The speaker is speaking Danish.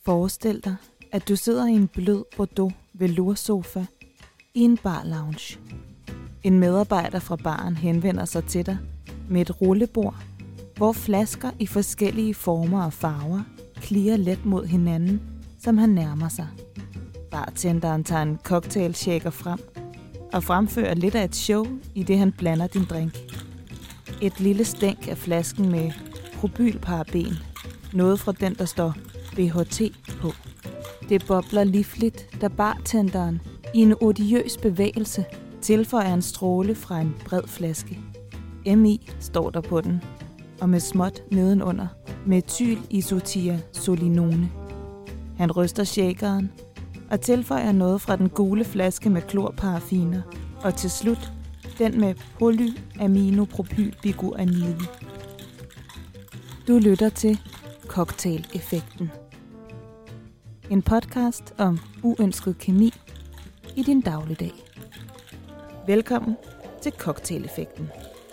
Forestil dig, at du sidder i en blød Bordeaux veloursofa i en bar-lounge. En medarbejder fra baren henvender sig til dig med et rullebord, hvor flasker i forskellige former og farver klirrer let mod hinanden, som han nærmer sig. Bartenderen tager en cocktailshaker frem og fremfører lidt af et show, i det han blander din drink. Et lille stænk af flasken med propylparaben, noget fra den, der står BHT på. Det bobler livligt, da bartenderen i en odiøs bevægelse tilføjer en stråle fra en bred flaske. MI står der på den, og med småt nedenunder, metylisotiazolinone. Han ryster shakeren og tilføjer noget fra den gule flaske med klorparaffiner, og til slut den med polyaminopropylbiguanide. Du lytter til Cocktail-effekten. En podcast om uønsket kemi i din dagligdag. Velkommen til Cocktail-effekten.